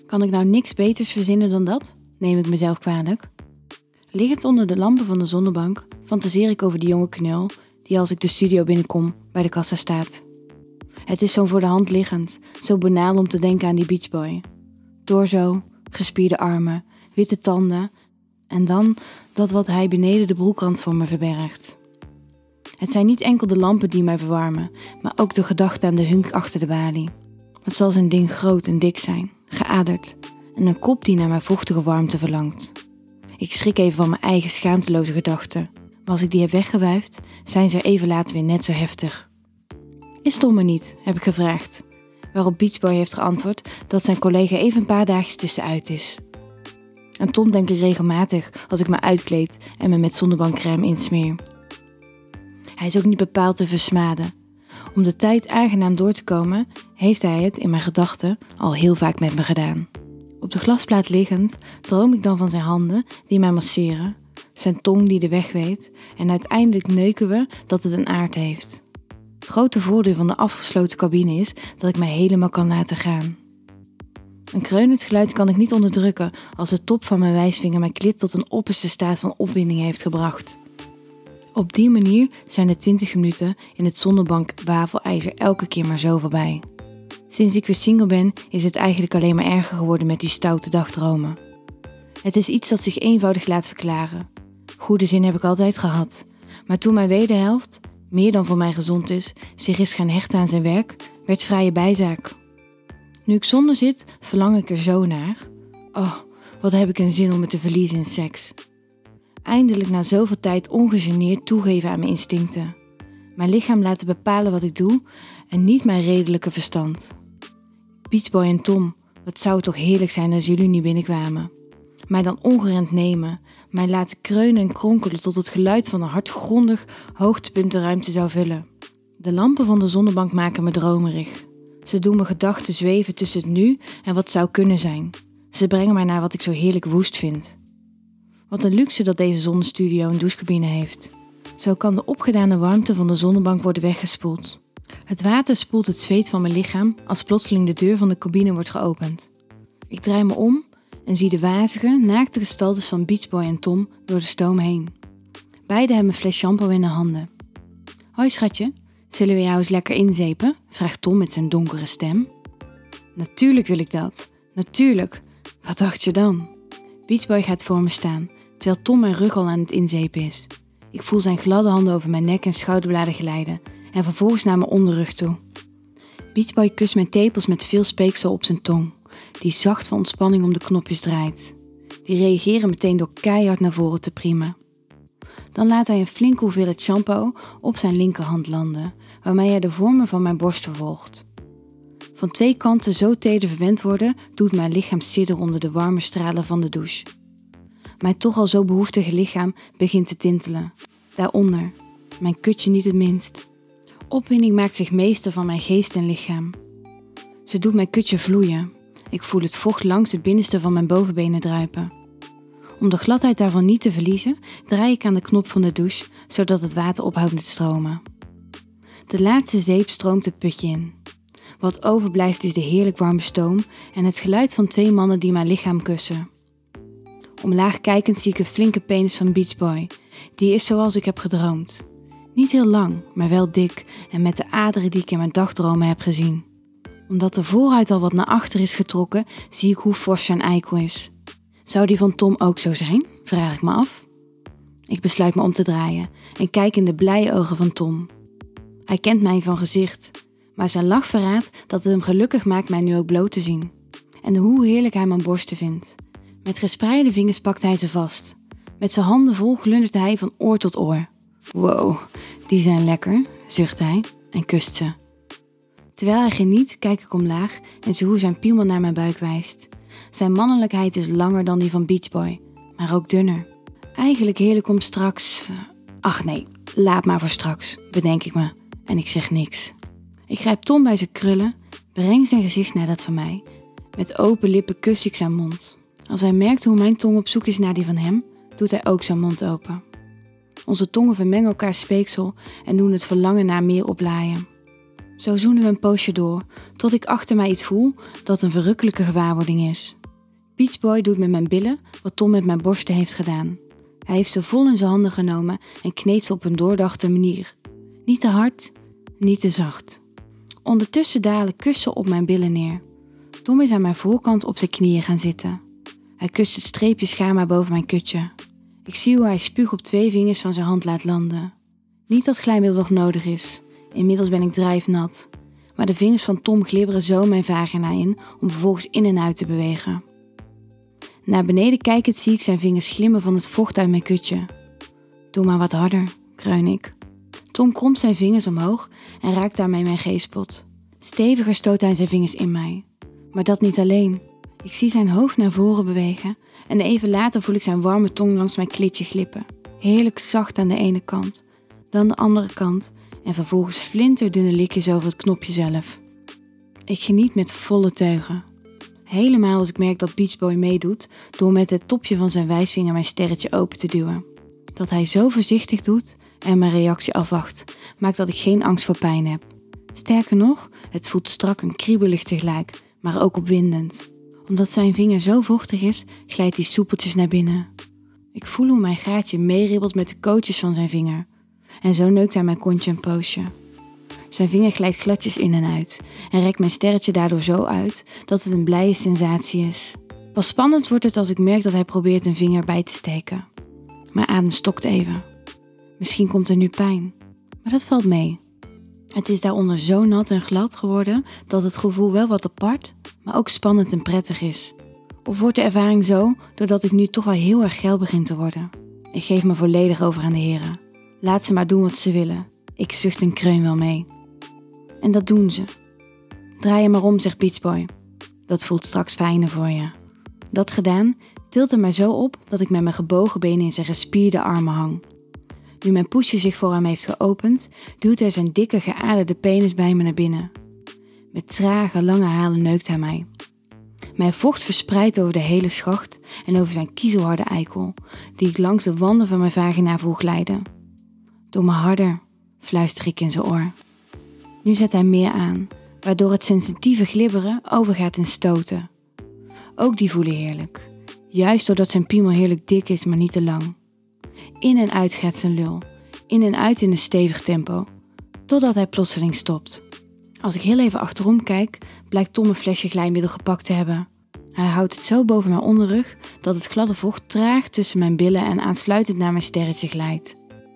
Kan ik nou niks beters verzinnen dan dat? Neem ik mezelf kwalijk. Liggend onder de lampen van de zonnebank fantaseer ik over die jonge knul die als ik de studio binnenkom bij de kassa staat. Het is zo voor de hand liggend, zo banaal om te denken aan die beachboy. Torso, gespierde armen, witte tanden en dan dat wat hij beneden de broekrand voor me verbergt. Het zijn niet enkel de lampen die mij verwarmen, maar ook de gedachte aan de hunk achter de balie. Wat zal zijn ding groot en dik zijn, geaderd en een kop die naar mijn vochtige warmte verlangt. Ik schrik even van mijn eigen schaamteloze gedachten, maar als ik die heb weggewuifd, zijn ze er even later weer net zo heftig. Is Tom er niet, heb ik gevraagd, waarop Beachboy heeft geantwoord dat zijn collega even een paar dagjes tussenuit is. Aan Tom denk ik regelmatig als ik me uitkleed en me met zonnebankcrème insmeer. Hij is ook niet bepaald te versmaden. Om de tijd aangenaam door te komen, heeft hij het in mijn gedachten al heel vaak met me gedaan. Op de glasplaat liggend droom ik dan van zijn handen die mij masseren, zijn tong die de weg weet en uiteindelijk neuken we dat het een aard heeft. Het grote voordeel van de afgesloten cabine is dat ik mij helemaal kan laten gaan. Een kreunend geluid kan ik niet onderdrukken als de top van mijn wijsvinger mijn klit tot een opperste staat van opwinding heeft gebracht. Op die manier zijn de 20 minuten in het zonnebank wafelijzer elke keer maar zo voorbij. Sinds ik weer single ben is het eigenlijk alleen maar erger geworden met die stoute dagdromen. Het is iets dat zich eenvoudig laat verklaren. Goede zin heb ik altijd gehad, maar toen mijn wederhelft, meer dan voor mij gezond is, zich is gaan hechten aan zijn werk, werd vrije bijzaak. Nu ik zonder zit, verlang ik er zo naar. Oh, wat heb ik een zin om me te verliezen in seks. Eindelijk na zoveel tijd ongegeneerd toegeven aan mijn instincten. Mijn lichaam laten bepalen wat ik doe en niet mijn redelijke verstand. Beachboy en Tom, wat zou het toch heerlijk zijn als jullie nu binnenkwamen. Mij dan ongeremd nemen, mij laten kreunen en kronkelen tot het geluid van een hartgrondig hoogtepunt de ruimte zou vullen. De lampen van de zonnebank maken me dromerig. Ze doen mijn gedachten zweven tussen het nu en wat zou kunnen zijn. Ze brengen mij naar wat ik zo heerlijk woest vind. Wat een luxe dat deze zonnestudio een douchecabine heeft. Zo kan de opgedane warmte van de zonnebank worden weggespoeld. Het water spoelt het zweet van mijn lichaam als plotseling de deur van de cabine wordt geopend. Ik draai me om en zie de wazige, naakte gestaltes van Beachboy en Tom door de stoom heen. Beiden hebben een fles shampoo in de handen. Hoi schatje, zullen we jou eens lekker inzepen? Vraagt Tom met zijn donkere stem. Natuurlijk wil ik dat. Natuurlijk. Wat dacht je dan? Beachboy gaat voor me staan, terwijl Tom mijn rug al aan het inzepen is. Ik voel zijn gladde handen over mijn nek en schouderbladen glijden en vervolgens naar mijn onderrug toe. Beachboy kust mijn tepels met veel speeksel op zijn tong, die zacht van ontspanning om de knopjes draait. Die reageren meteen door keihard naar voren te priemen. Dan laat hij een flinke hoeveelheid shampoo op zijn linkerhand landen, waarmee hij de vormen van mijn borst vervolgt. Van twee kanten zo teder verwend worden, doet mijn lichaam sidderen onder de warme stralen van de douche. Mijn toch al zo behoeftige lichaam begint te tintelen. Daaronder, mijn kutje niet het minst. Opwinding maakt zich meester van mijn geest en lichaam. Ze doet mijn kutje vloeien. Ik voel het vocht langs het binnenste van mijn bovenbenen druipen. Om de gladheid daarvan niet te verliezen, draai ik aan de knop van de douche, zodat het water ophoudt met stromen. De laatste zeep stroomt het putje in. Wat overblijft is de heerlijk warme stoom en het geluid van twee mannen die mijn lichaam kussen. Omlaag kijkend zie ik een flinke penis van Beachboy. Die is zoals ik heb gedroomd. Niet heel lang, maar wel dik en met de aderen die ik in mijn dagdromen heb gezien. Omdat de voorhuid al wat naar achter is getrokken, zie ik hoe fors zijn eikel is. Zou die van Tom ook zo zijn? Vraag ik me af. Ik besluit me om te draaien en kijk in de blije ogen van Tom. Hij kent mij van gezicht, maar zijn lach verraadt dat het hem gelukkig maakt mij nu ook bloot te zien. En hoe heerlijk hij mijn borsten vindt. Met gespreide vingers pakt hij ze vast. Met zijn handen vol glundert hij van oor tot oor. Wow, die zijn lekker, zucht hij en kust ze. Terwijl hij geniet, kijk ik omlaag en zie hoe zijn piemel naar mijn buik wijst. Zijn mannelijkheid is langer dan die van Beachboy, maar ook dunner. Eigenlijk heerlijk om straks... Ach nee, laat maar voor straks, bedenk ik me. En ik zeg niks. Ik grijp Tom bij zijn krullen, breng zijn gezicht naar dat van mij. Met open lippen kus ik zijn mond. Als hij merkt hoe mijn tong op zoek is naar die van hem, doet hij ook zijn mond open. Onze tongen vermengen elkaars speeksel en doen het verlangen naar meer oplaaien. Zo zoenen we een poosje door, tot ik achter mij iets voel dat een verrukkelijke gewaarwording is. Beach Boy doet met mijn billen wat Tom met mijn borsten heeft gedaan. Hij heeft ze vol in zijn handen genomen en kneedt ze op een doordachte manier. Niet te hard, niet te zacht. Ondertussen dalen kussen op mijn billen neer. Tom is aan mijn voorkant op zijn knieën gaan zitten. Hij kust het streepje schaamhaar boven mijn kutje. Ik zie hoe hij spuug op 2 vingers van zijn hand laat landen. Niet dat glijmiddel nog nodig is. Inmiddels ben ik drijfnat. Maar de vingers van Tom glibberen zo mijn vagina in om vervolgens in en uit te bewegen. Naar beneden kijkend zie ik zijn vingers glimmen van het vocht uit mijn kutje. Doe maar wat harder, kreun ik. Tom kromt zijn vingers omhoog en raakt daarmee mijn G-spot. Steviger stoot hij zijn vingers in mij. Maar dat niet alleen. Ik zie zijn hoofd naar voren bewegen en even later voel ik zijn warme tong langs mijn klitje glippen. Heerlijk zacht aan de ene kant, dan de andere kant en vervolgens flinterdunne likjes over het knopje zelf. Ik geniet met volle teugen. Helemaal als ik merk dat Beach Boy meedoet door met het topje van zijn wijsvinger mijn sterretje open te duwen. Dat hij zo voorzichtig doet en mijn reactie afwacht, maakt dat ik geen angst voor pijn heb. Sterker nog, het voelt strak en kriebelig tegelijk, maar ook opwindend. Omdat zijn vinger zo vochtig is, glijdt hij soepeltjes naar binnen. Ik voel hoe mijn gaatje meeribbelt met de kootjes van zijn vinger. En zo neukt hij mijn kontje een poosje. Zijn vinger glijdt gladjes in en uit en rekt mijn sterretje daardoor zo uit dat het een blije sensatie is. Pas spannend wordt het als ik merk dat hij probeert een vinger bij te steken. Mijn adem stokt even. Misschien komt er nu pijn, maar dat valt mee. Het is daaronder zo nat en glad geworden dat het gevoel wel wat apart, maar ook spannend en prettig is. Of wordt de ervaring zo doordat ik nu toch wel heel erg geil begin te worden? Ik geef me volledig over aan de heren. Laat ze maar doen wat ze willen. Ik zucht en kreun wel mee. En dat doen ze. Draai je maar om, zegt Beach Boy. Dat voelt straks fijner voor je. Dat gedaan, tilt hij mij zo op dat ik met mijn gebogen benen in zijn gespierde armen hang. Nu mijn poesje zich voor hem heeft geopend, duwt hij zijn dikke geaderde penis bij me naar binnen. Met trage, lange halen neukt hij mij. Mijn vocht verspreidt over de hele schacht en over zijn kiezelharde eikel, die ik langs de wanden van mijn vagina voel glijden. Doe me harder, fluister ik in zijn oor. Nu zet hij meer aan, waardoor het sensitieve glibberen overgaat in stoten. Ook die voelen heerlijk, juist doordat zijn piemel heerlijk dik is, maar niet te lang. In en uit gaat zijn lul, in en uit in een stevig tempo, totdat hij plotseling stopt. Als ik heel even achterom kijk, blijkt Tom een flesje glijmiddel gepakt te hebben. Hij houdt het zo boven mijn onderrug dat het gladde vocht traag tussen mijn billen en aansluitend naar mijn sterretje glijdt.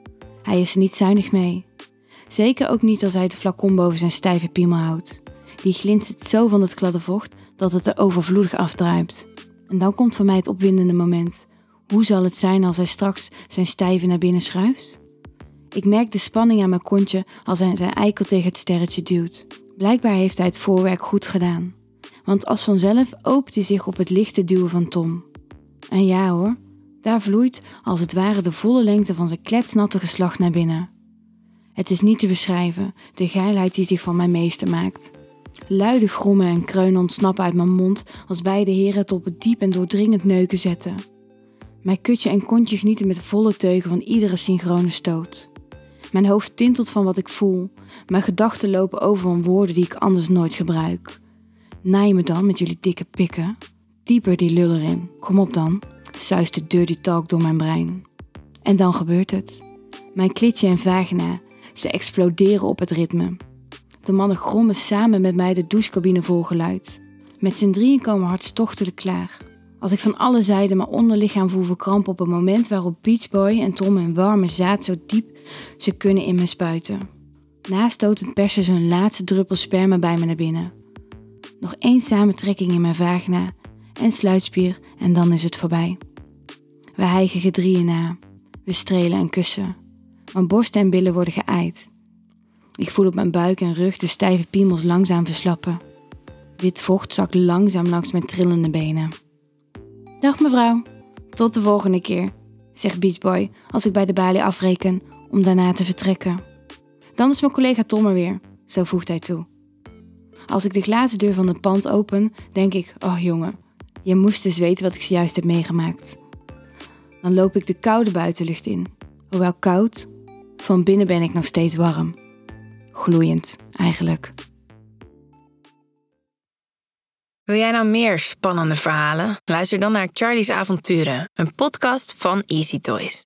Hij is er niet zuinig mee. Zeker ook niet als hij het flacon boven zijn stijve piemel houdt. Die glinstert zo van het gladde vocht dat het er overvloedig afdruipt. En dan komt voor mij het opwindende moment. Hoe zal het zijn als hij straks zijn stijve naar binnen schuift? Ik merk de spanning aan mijn kontje als hij zijn eikel tegen het sterretje duwt. Blijkbaar heeft hij het voorwerk goed gedaan. Want als vanzelf opent hij zich op het lichte duwen van Tom. En ja hoor, daar vloeit als het ware de volle lengte van zijn kletsnatte geslacht naar binnen. Het is niet te beschrijven, de geilheid die zich van mij meester maakt. Luide grommen en kreunen ontsnappen uit mijn mond als beide heren het op het diep en doordringend neuken zetten. Mijn kutje en kontje genieten met volle teugen van iedere synchrone stoot. Mijn hoofd tintelt van wat ik voel. Mijn gedachten lopen over van woorden die ik anders nooit gebruik. Naai me dan met jullie dikke pikken. Dieper die lul erin. Kom op dan, suist de dirty talk door mijn brein. En dan gebeurt het. Mijn klitje en vagina, ze exploderen op het ritme. De mannen grommen samen met mij de douchecabine volgeluid. Met z'n drieën komen hartstochtelijk klaar. Als ik van alle zijden mijn onderlichaam voel verkrampen op het moment waarop Beach Boy en Tom een warme zaad zo diep ze kunnen in me spuiten. Nastotend persen ze hun laatste druppel sperma bij me naar binnen. Nog 1 samentrekking in mijn vagina en sluitspier en dan is het voorbij. We hijgen gedrieën na. We strelen en kussen. Mijn borsten en billen worden geëid. Ik voel op mijn buik en rug de stijve piemels langzaam verslappen. Wit vocht zakt langzaam langs mijn trillende benen. Dag mevrouw, tot de volgende keer, zegt Beach Boy als ik bij de balie afreken om daarna te vertrekken. Dan is mijn collega Tom er weer, zo voegt hij toe. Als ik de glazen deur van het pand open, denk ik, oh jongen, je moest eens weten wat ik zojuist heb meegemaakt. Dan loop ik de koude buitenlucht in. Hoewel koud, van binnen ben ik nog steeds warm. Gloeiend, eigenlijk. Wil jij nou meer spannende verhalen? Luister dan naar Charlie's Avonturen, een podcast van Easy Toys.